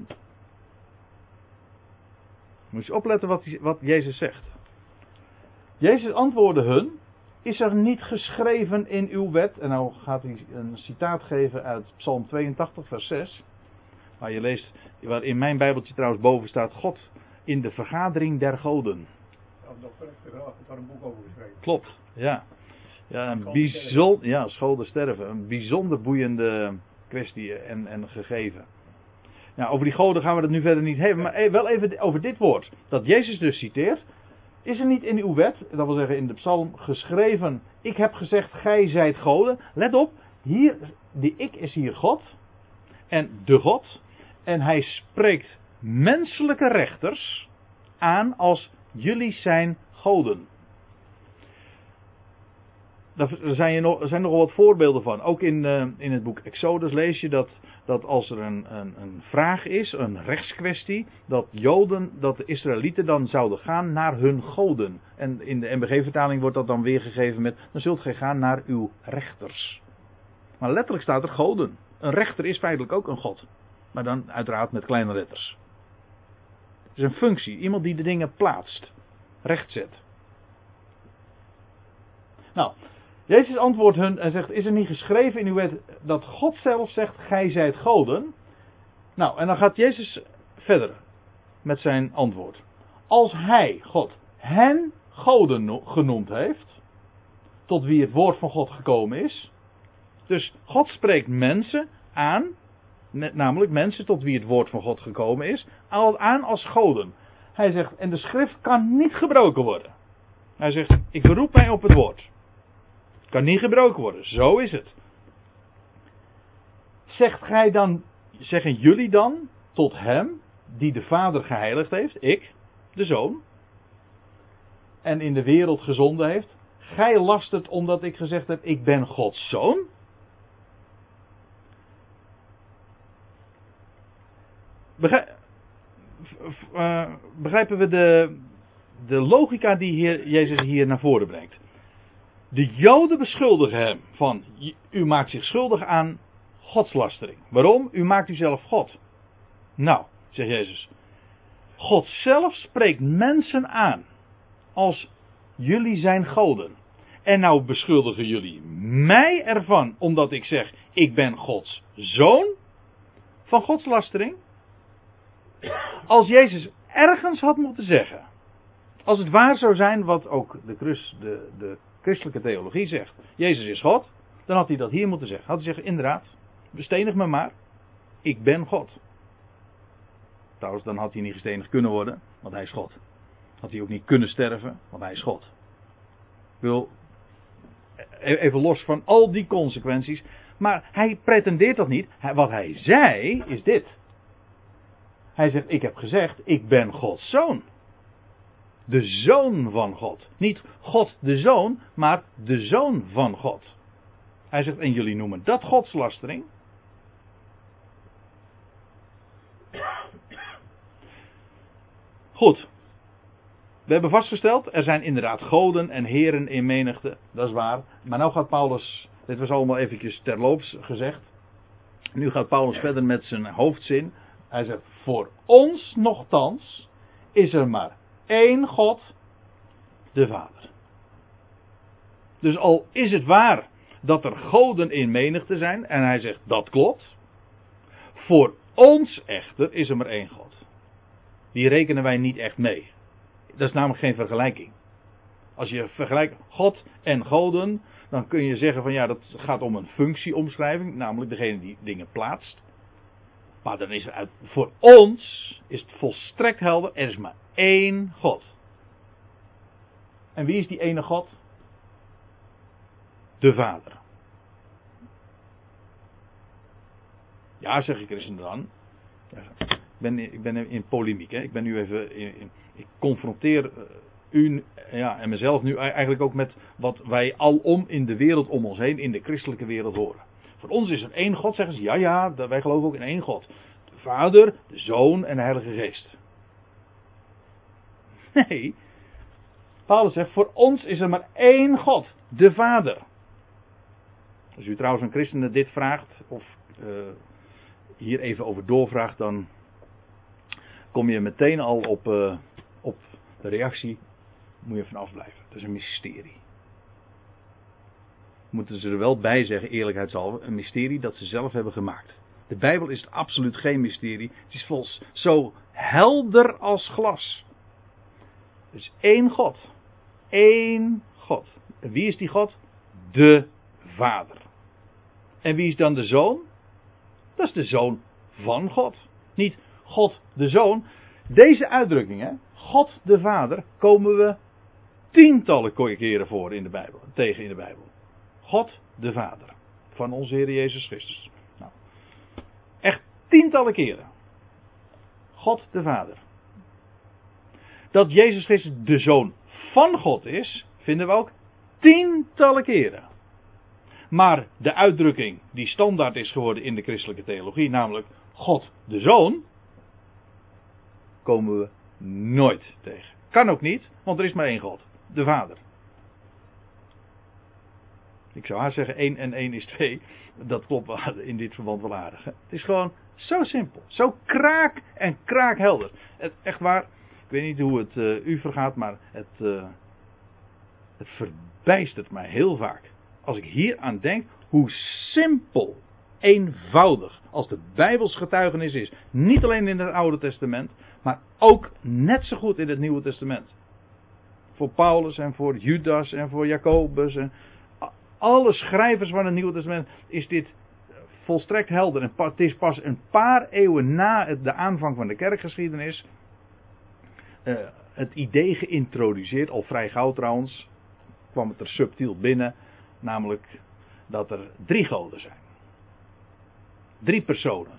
Moet je opletten wat, die, wat Jezus zegt. Jezus antwoordde hun. Is er niet geschreven in uw wet. En nou gaat hij een citaat geven uit Psalm tweeëntachtig vers zes. Waar je leest. Waar in mijn Bijbeltje trouwens boven staat. God in de vergadering der goden. Ja, dokter heeft er daar een boek over geschreven. Klopt. Ja. Ja, een bijzonder. Ja, school de sterven. Een bijzonder boeiende kwestie en, en gegeven. Nou, over die goden gaan we het nu verder niet hebben. Maar wel even over dit woord. Dat Jezus dus citeert. Is er niet in uw wet, dat wil zeggen in de psalm, geschreven. Ik heb gezegd, gij zijt goden. Let op, hier, die ik is hier God. En de God. En hij spreekt menselijke rechters aan als jullie zijn goden. Daar zijn, je nog, er zijn nogal wat voorbeelden van. Ook in, uh, in het boek Exodus lees je dat, dat als er een, een, een vraag is, een rechtskwestie, dat Joden, dat de Israëlieten dan zouden gaan naar hun goden. En in de N B G-vertaling wordt dat dan weergegeven met, dan zult gij gaan naar uw rechters. Maar letterlijk staat er goden. Een rechter is feitelijk ook een god. Maar dan uiteraard met kleine letters. Het is een functie, iemand die de dingen plaatst, rechtzet. Nou, Jezus antwoordt hun en zegt, is er niet geschreven in uw wet dat God zelf zegt, gij zijt goden? Nou, en dan gaat Jezus verder met zijn antwoord. Als hij, God, hen goden genoemd heeft, tot wie het woord van God gekomen is, Dus God spreekt mensen aan, namelijk mensen tot wie het woord van God gekomen is, al aan als goden. Hij zegt, en de schrift kan niet gebroken worden. Hij zegt, ik beroep mij op het woord. Het kan niet gebroken worden, zo is het. Zegt gij dan, zeggen jullie dan tot hem die de Vader geheiligd heeft, ik, de Zoon, en in de wereld gezonden heeft, gij lastert omdat ik gezegd heb, ik ben Gods Zoon? Begrijp, uh, begrijpen we de, de logica die hier, Jezus hier naar voren brengt? De Joden beschuldigen hem van, u maakt zich schuldig aan godslastering. Waarom? U maakt uzelf God. Nou, zegt Jezus, God zelf spreekt mensen aan als jullie zijn goden. En nou beschuldigen jullie mij ervan, omdat ik zeg, ik ben Gods Zoon, van godslastering. Als Jezus ergens had moeten zeggen, als het waar zou zijn wat ook de, Christ, de, de christelijke theologie zegt, Jezus is God, dan had hij dat hier moeten zeggen. Had hij zeggen, inderdaad, bestenig me maar, ik ben God. Trouwens, dan had hij niet gestenigd kunnen worden, want hij is God. Had hij ook niet kunnen sterven, want hij is God. Ik wil, even los van al die consequenties, maar hij pretendeert dat niet. Wat hij zei, is dit. Hij zegt, ik heb gezegd, ik ben Gods Zoon. De Zoon van God. Niet God de Zoon, maar de Zoon van God. Hij zegt, en jullie noemen dat godslastering? Goed. We hebben vastgesteld, er zijn inderdaad goden en heren in menigte. Dat is waar. Maar nou gaat Paulus, dit was allemaal eventjes terloops gezegd. Nu gaat Paulus verder met zijn hoofdzin. Hij zegt, voor ons nochtans is er maar één God, de Vader. Dus al is het waar dat er goden in menigte zijn, en hij zegt, dat klopt. Voor ons echter is er maar één God. Die rekenen wij niet echt mee. Dat is namelijk geen vergelijking. Als je vergelijkt God en goden, dan kun je zeggen van ja, dat gaat om een functieomschrijving, namelijk degene die dingen plaatst. Maar dan is er uit, voor ons is het volstrekt helder, er is maar één God. En wie is die ene God? De Vader. Ja, zeg ik christen dan. Ik ben, ik ben in polemiek, hè. Ik ben nu even, in, in, ik confronteer u ja, en mezelf nu eigenlijk ook met wat wij alom in de wereld om ons heen, in de christelijke wereld horen. Voor ons is er één God, zeggen ze, ja ja, wij geloven ook in één God. De Vader, de Zoon en de Heilige Geest. Nee, Paulus zegt, voor ons is er maar één God, de Vader. Als u trouwens een christen dit vraagt, of uh, hier even over doorvraagt, dan kom je meteen al op, uh, op de reactie, moet je vanaf blijven. Dat is een mysterie. Moeten ze er wel bij zeggen, eerlijkheidshalve, een mysterie dat ze zelf hebben gemaakt. De Bijbel is absoluut geen mysterie. Het is volgens zo helder als glas. Er is één God. Eén God. En wie is die God? De Vader. En wie is dan de Zoon? Dat is de Zoon van God. Niet God de Zoon. Deze uitdrukkingen, God de Vader, komen we tientallen keren voor in de Bijbel, tegen in de Bijbel. God de Vader van onze Heer Jezus Christus. Nou, echt tientallen keren. God de Vader. Dat Jezus Christus de Zoon van God is, vinden we ook tientallen keren. Maar de uitdrukking die standaard is geworden in de christelijke theologie, namelijk God de Zoon, komen we nooit tegen. Kan ook niet, want er is maar één God, de Vader. Ik zou haast zeggen één en één is twee. Dat klopt wel in dit verband wel aardig. Hè? Het is gewoon zo simpel. Zo kraak en kraakhelder. Het, echt waar. Ik weet niet hoe het uh, u vergaat. Maar het, uh, het verbijstert mij heel vaak. Als ik hier aan denk. Hoe simpel. Eenvoudig. Als de Bijbels getuigenis is. Niet alleen in het Oude Testament. Maar ook net zo goed in het Nieuwe Testament. Voor Paulus en voor Judas en voor Jacobus en... alle schrijvers van het Nieuwe Testament is dit volstrekt helder. En het is pas een paar eeuwen na het, de aanvang van de kerkgeschiedenis uh, het idee geïntroduceerd, al vrij gauw trouwens, kwam het er subtiel binnen, namelijk dat er drie goden zijn. Drie personen.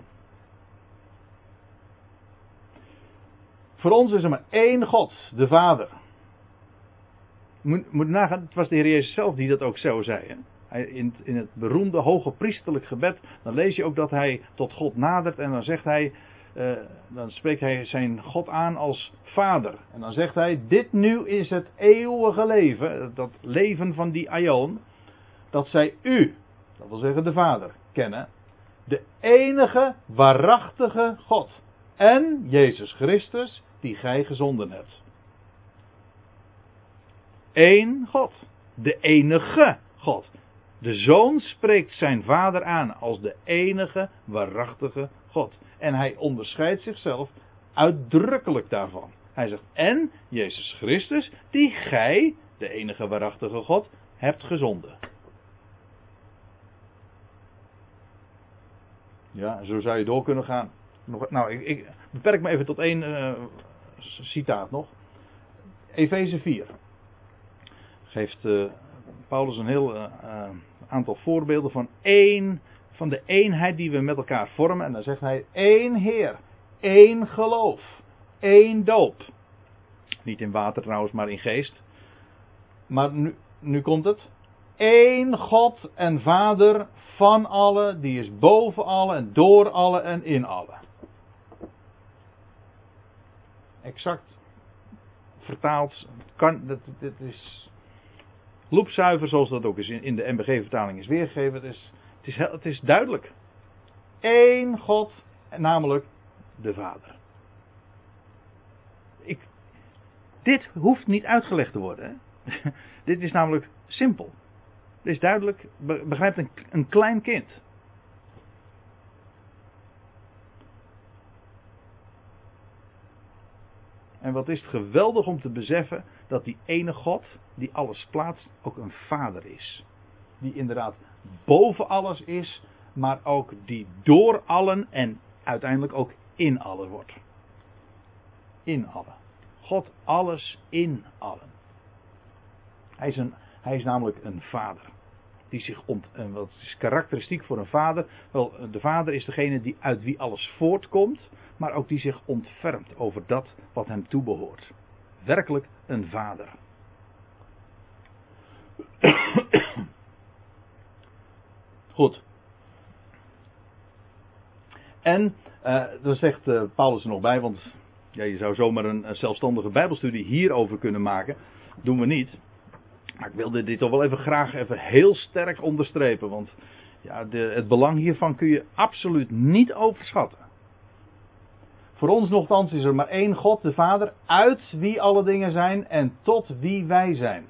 Voor ons is er maar één God, de Vader. Moet, moet nagaan, het was de Heer Jezus zelf die dat ook zo zei. Hè? Hij, in, in het beroemde hoge priesterlijk gebed, dan lees je ook dat hij tot God nadert en dan zegt hij, uh, dan spreekt hij zijn God aan als Vader. En dan zegt hij, dit nu is het eeuwige leven, dat leven van die aion, dat zij u, dat wil zeggen de Vader, kennen, de enige waarachtige God en Jezus Christus die gij gezonden hebt. Eén God, de enige God. De Zoon spreekt zijn Vader aan als de enige waarachtige God. En hij onderscheidt zichzelf uitdrukkelijk daarvan. Hij zegt, en Jezus Christus, die gij, de enige waarachtige God, hebt gezonden. Ja, zo zou je door kunnen gaan. Nog, nou, ik, ik beperk me even tot één uh, citaat nog. Efeze vier. Geeft uh, Paulus een heel uh, uh, aantal voorbeelden van één, van de eenheid die we met elkaar vormen. En dan zegt hij één Heer, één geloof, één doop. Niet in water trouwens, maar in geest. Maar nu, nu komt het. Eén God en Vader van allen, die is boven allen en door allen en in allen. Exact vertaald, kan, dat, dat is loepzuiver zoals dat ook is in, in de M B G-vertaling is weergegeven. Het is, het is, het is duidelijk. Eén God, namelijk de Vader. Ik, dit hoeft niet uitgelegd te worden. Hè? Dit is namelijk simpel. Het is duidelijk, begrijpt een, een klein kind. En wat is het geweldig om te beseffen dat die ene God, die alles plaatst, ook een Vader is. Die inderdaad boven alles is, maar ook die door allen en uiteindelijk ook in allen wordt. In allen. God alles in allen. Hij is, een, hij is namelijk een Vader. Die zich ont, en wat is karakteristiek voor een vader? Wel, de vader is degene die uit wie alles voortkomt, maar ook die zich ontfermt over dat wat hem toebehoort. Werkelijk een vader. Goed. En, uh, daar zegt uh, Paulus er nog bij, want ja, je zou zomaar een, een zelfstandige bijbelstudie hierover kunnen maken. Doen we niet. Maar ik wilde dit toch wel even graag even heel sterk onderstrepen. Want ja, de, het belang hiervan kun je absoluut niet overschatten. Voor ons nochtans is er maar één God, de Vader, uit wie alle dingen zijn en tot wie wij zijn.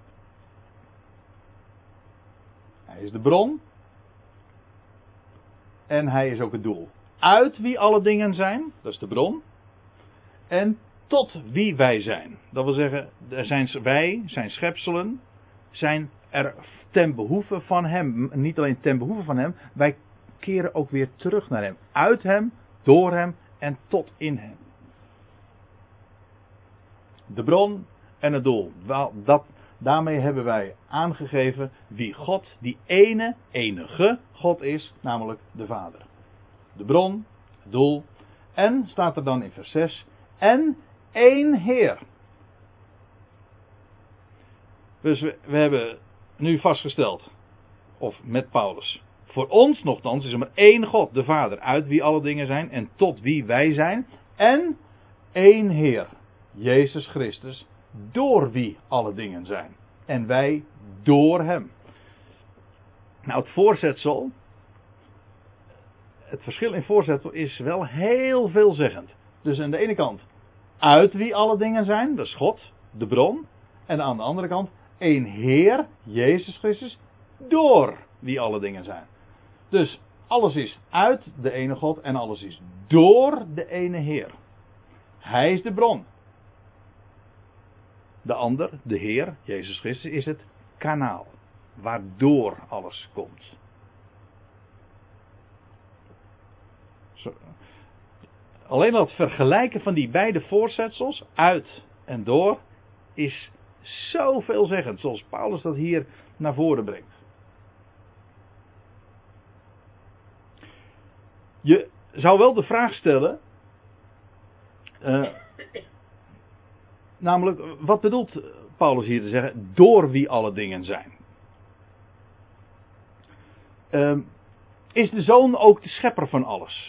Hij is de bron. En hij is ook het doel. Uit wie alle dingen zijn, dat is de bron. En tot wie wij zijn. Dat wil zeggen, er zijn wij, zijn schepselen, zijn er ten behoeve van hem. Niet alleen ten behoeve van hem, wij keren ook weer terug naar hem. Uit hem, door hem en tot in hem. De bron en het doel. Wel, dat, daarmee hebben wij aangegeven wie God, die ene, enige God is, namelijk de Vader. De bron, het doel. En, staat er dan in vers zes, en één Heer. Dus we, we hebben nu vastgesteld, of met Paulus, voor ons nochtans is er maar één God, de Vader, uit wie alle dingen zijn en tot wie wij zijn. En één Heer, Jezus Christus, door wie alle dingen zijn. En wij door hem. Nou, het voorzetsel, het verschil in voorzetsel is wel heel veelzeggend. Dus aan de ene kant, uit wie alle dingen zijn, dat is God, de bron. En aan de andere kant, één Heer, Jezus Christus, door wie alle dingen zijn. Dus alles is uit de ene God en alles is door de ene Heer. Hij is de bron. De ander, de Heer, Jezus Christus, is het kanaal. waardoor alles komt. Zo. Alleen al het vergelijken van die beide voorzetsels, uit en door, is zo veelzeggend, zoals Paulus dat hier naar voren brengt. Je zou wel de vraag stellen, uh, namelijk, wat bedoelt Paulus hier te zeggen, door wie alle dingen zijn? Uh, is de Zoon ook de schepper van alles?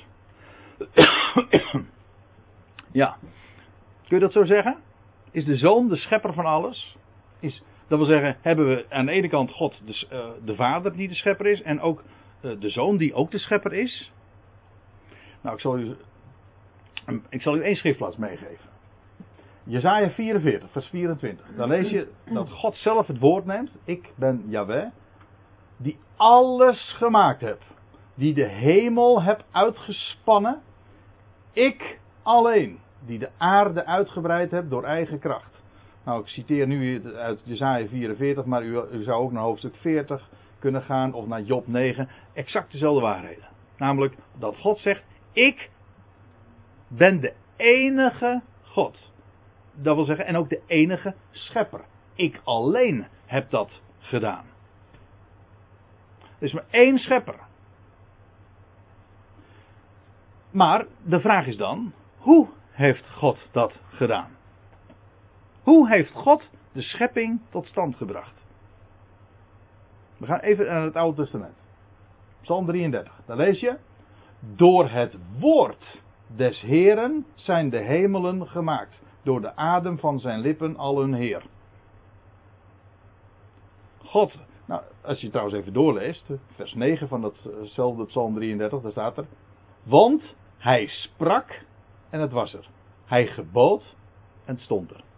Ja, kun je dat zo zeggen? Is de Zoon de schepper van alles? Is, dat wil zeggen, hebben we aan de ene kant God, de, uh, de Vader die de schepper is, en ook uh, de Zoon die ook de schepper is? Nou, ik zal u, ik zal u één schriftplaats meegeven. Jesaja vierenveertig, vers vierentwintig. Daar lees je dat God zelf het woord neemt. Ik ben Yahweh, die alles gemaakt heb. Die de hemel heb uitgespannen. Ik alleen, die de aarde uitgebreid heb door eigen kracht. Nou, ik citeer nu uit Jesaja vierenveertig, maar u, u zou ook naar hoofdstuk veertig kunnen gaan, of naar Job negen. Exact dezelfde waarheden. Namelijk dat God zegt, ik ben de enige God. Dat wil zeggen, en ook de enige schepper. Ik alleen heb dat gedaan. Er is maar één schepper. Maar de vraag is dan, hoe heeft God dat gedaan? Hoe heeft God de schepping tot stand gebracht? We gaan even naar het Oude Testament. Psalm drieëndertig. Daar lees je. Door het woord des Heeren zijn de hemelen gemaakt. Door de adem van zijn lippen al hun Heer. God, nou, als je trouwens even doorleest, vers negen van datzelfde Psalm drieëndertig, daar staat er. Want hij sprak en het was er. Hij gebood en het stond er.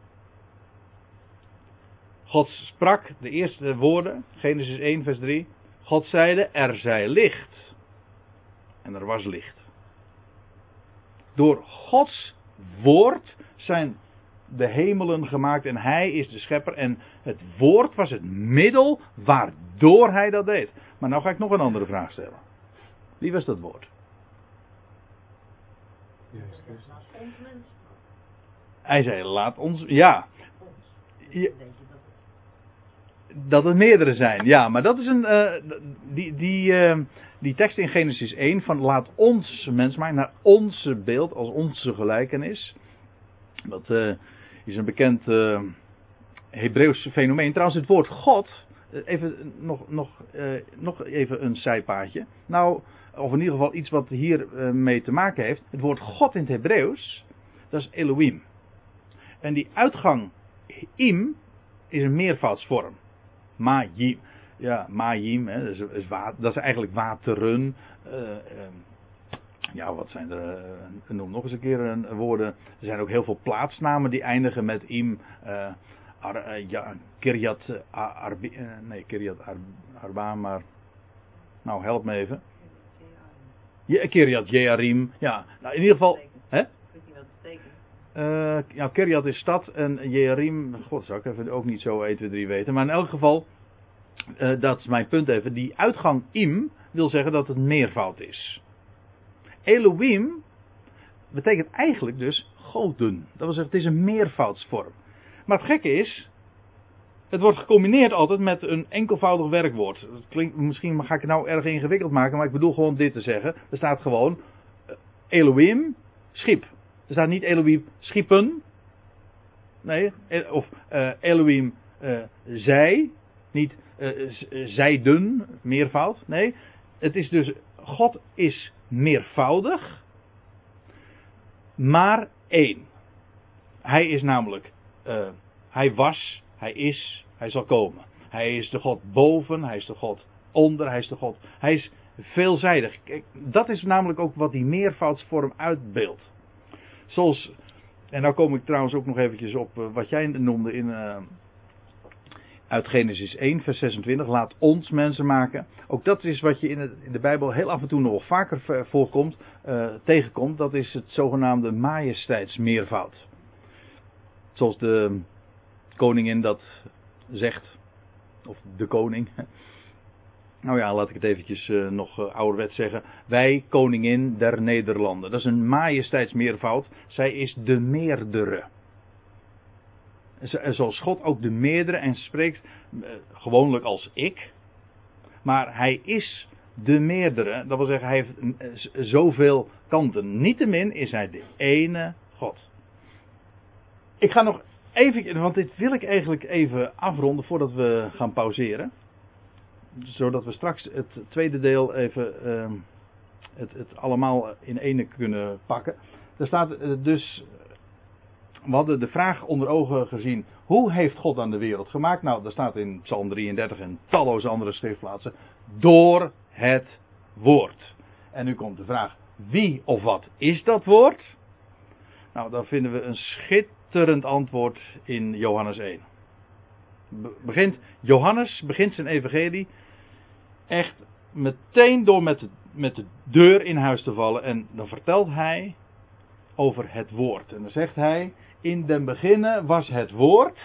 God sprak, de eerste woorden, Genesis één vers drie. God zeide, er zij licht. En er was licht. Door Gods woord zijn de hemelen gemaakt en hij is de schepper. En het woord was het middel waardoor hij dat deed. Maar nou ga ik nog een andere vraag stellen. Wie was dat woord? Hij zei, laat ons, ja. ja dat het meerdere zijn, ja, maar dat is een, uh, die, die, uh, die tekst in Genesis één van laat ons mens maken naar onze beeld, als onze gelijkenis. Dat uh, is een bekend uh, Hebreeuws fenomeen. Trouwens, het woord God, even nog, nog, uh, nog even een zijpaadje. Nou, of in ieder geval iets wat hier uh, mee te maken heeft. Het woord God in het Hebreeuws, dat is Elohim. En die uitgang im is een meervoudsvorm. Ma'yim. Ja, ma'yim, hè, dat, is, is water, dat is eigenlijk wateren. Uh, uh, ja, wat zijn er? Uh, noem nog eens een keer een, een woorden. Er zijn ook heel veel plaatsnamen die eindigen met im. Uh, ar, uh, ja, Kiryat uh, Arbi, uh, nee, Kiryat Ar, Arba, maar. Nou, help me even. Ja, Kiryat Jearim. Ja, nou in ieder geval. Hè? Uh, ja, Kiryat is stad en Jearim, god zou ik even ook niet zo één, twee, drie weten. Maar in elk geval, uh, dat is mijn punt even. Die uitgang im wil zeggen dat het meervoud is. Elohim betekent eigenlijk dus goden. Dat wil zeggen, het is een meervoudsvorm. Maar het gekke is, het wordt gecombineerd altijd met een enkelvoudig werkwoord. Dat klinkt, misschien ga ik het nou erg ingewikkeld maken, maar ik bedoel gewoon dit te zeggen. Er staat gewoon uh, Elohim, schip. Er staat niet Elohim schiepen. Nee. Of uh, Elohim uh, zij. Niet uh, zijden, meervoud. Nee. Het is dus, God is meervoudig. Maar één. Hij is namelijk, uh, hij was, hij is, hij zal komen. Hij is de God boven, hij is de God onder, hij is de God. Hij is veelzijdig. Kijk, dat is namelijk ook wat die meervoudsvorm uitbeeldt. Zoals, en nou kom ik trouwens ook nog eventjes op uh, wat jij noemde in, uh, uit Genesis één vers zesentwintig. Laat ons mensen maken. Ook dat is wat je in, het, in de Bijbel heel af en toe nog wel vaker voorkomt, uh, tegenkomt. Dat is het zogenaamde majesteitsmeervoud. Zoals de koningin dat zegt. Of de koning. Nou ja, laat ik het eventjes uh, nog uh, ouderwets zeggen. Wij, koningin der Nederlanden. Dat is een majesteitsmeervoud. Zij is de meerdere. Zoals God ook de meerdere en spreekt uh, gewoonlijk als ik. Maar hij is de meerdere. Dat wil zeggen, hij heeft uh, zoveel kanten. Niettemin is hij de ene God. Ik ga nog even, want dit wil ik eigenlijk even afronden voordat we gaan pauzeren. Zodat we straks het tweede deel even uh, het, het allemaal in ene kunnen pakken. Er staat uh, dus, we hadden de vraag onder ogen gezien, hoe heeft God dan de wereld gemaakt? Nou, dat staat in Psalm drieëndertig en talloze andere schriftplaatsen. Door het woord. En nu komt de vraag, wie of wat is dat woord? Nou, dan vinden we een schitterend antwoord in Johannes één. Begint, Johannes begint zijn evangelie echt meteen door met de, met de deur in huis te vallen. En dan vertelt hij over het woord. En dan zegt hij, in den beginne was het woord.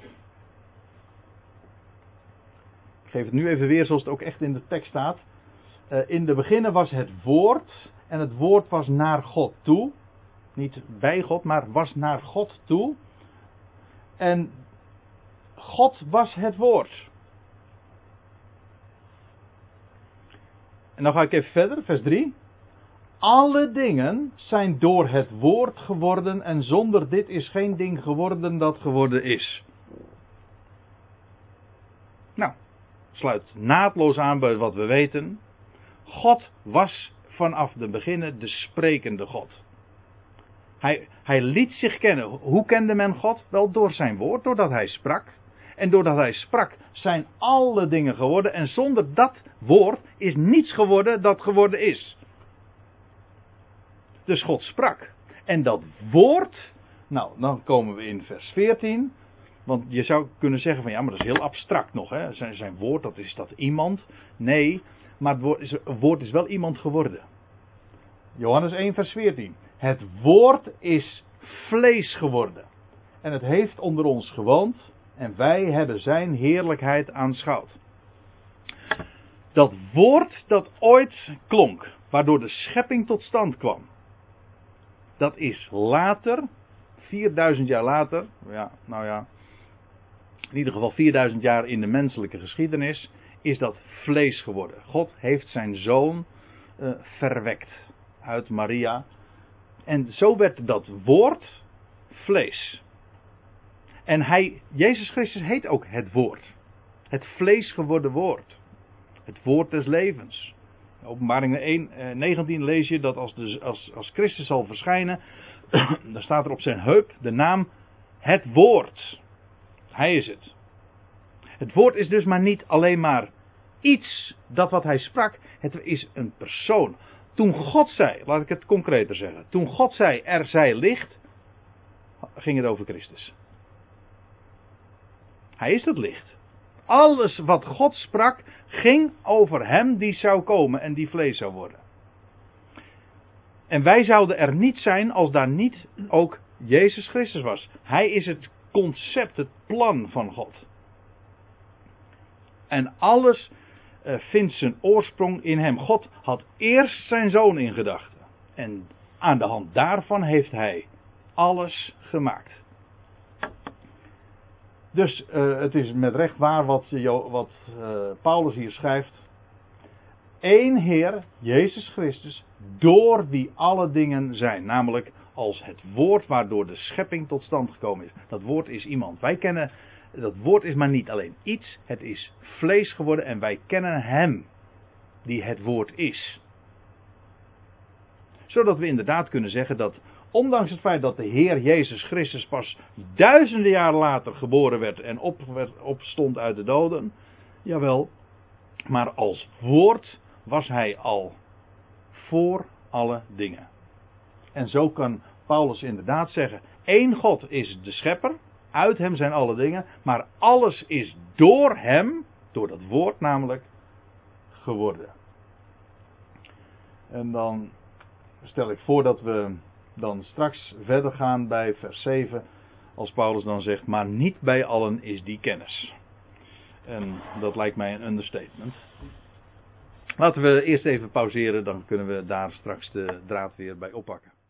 Ik geef het nu even weer zoals het ook echt in de tekst staat. Uh, in de beginne was het woord. En het woord was naar God toe. Niet bij God, maar was naar God toe. En God was het woord. En dan ga ik even verder, vers drie. Alle dingen zijn door het woord geworden en zonder dit is geen ding geworden dat geworden is. Nou, sluit naadloos aan bij wat we weten. God was vanaf de beginnen de sprekende God. Hij, hij liet zich kennen. Hoe kende men God? Wel door zijn woord, doordat hij sprak. En doordat hij sprak zijn alle dingen geworden. En zonder dat woord is niets geworden dat geworden is. Dus God sprak. En dat woord, nou dan komen we in vers veertien. Want je zou kunnen zeggen van ja, maar dat is heel abstract nog. Hè? Zijn, zijn woord, dat is dat iemand? Nee, maar het woord is, het woord is wel iemand geworden. Johannes één vers veertien. Het woord is vlees geworden. En het heeft onder ons gewoond. En wij hebben zijn heerlijkheid aanschouwd. Dat woord dat ooit klonk. Waardoor de schepping tot stand kwam. Dat is later. vierduizend jaar later. Ja, nou ja. In ieder geval vierduizend jaar in de menselijke geschiedenis. Is dat vlees geworden. God heeft zijn zoon uh, verwekt. Uit Maria. En zo werd dat woord vlees. En hij, Jezus Christus heet ook het woord. Het vlees geworden woord. Het woord des levens. In Openbaring één, negentien lees je dat als, de, als, als Christus zal verschijnen. Dan staat er op zijn heup de naam het woord. Hij is het. Het woord is dus maar niet alleen maar iets, dat wat hij sprak. Het is een persoon. Toen God zei, laat ik het concreter zeggen. Toen God zei, er zij licht, ging het over Christus. Hij is het licht. Alles wat God sprak, ging over hem die zou komen en die vlees zou worden. En wij zouden er niet zijn als daar niet ook Jezus Christus was. Hij is het concept, het plan van God. En alles uh, vindt zijn oorsprong in hem. God had eerst zijn zoon in gedachten. En aan de hand daarvan heeft hij alles gemaakt. Dus uh, het is met recht waar wat, wat uh, Paulus hier schrijft. Eén Heer, Jezus Christus, door wie alle dingen zijn. Namelijk als het woord waardoor de schepping tot stand gekomen is. Dat woord is iemand. Wij kennen, dat woord is maar niet alleen iets. Het is vlees geworden en wij kennen hem die het woord is. Zodat we inderdaad kunnen zeggen dat ondanks het feit dat de Heer Jezus Christus pas duizenden jaar later geboren werd en op, werd, opstond uit de doden. Jawel, maar als woord was hij al voor alle dingen. En zo kan Paulus inderdaad zeggen, één God is de schepper, uit hem zijn alle dingen, maar alles is door hem, door dat woord namelijk, geworden. En dan stel ik voor dat we dan straks verder gaan bij vers zeven, als Paulus dan zegt, maar niet bij allen is die kennis. En dat lijkt mij een understatement. Laten we eerst even pauzeren, dan kunnen we daar straks de draad weer bij oppakken.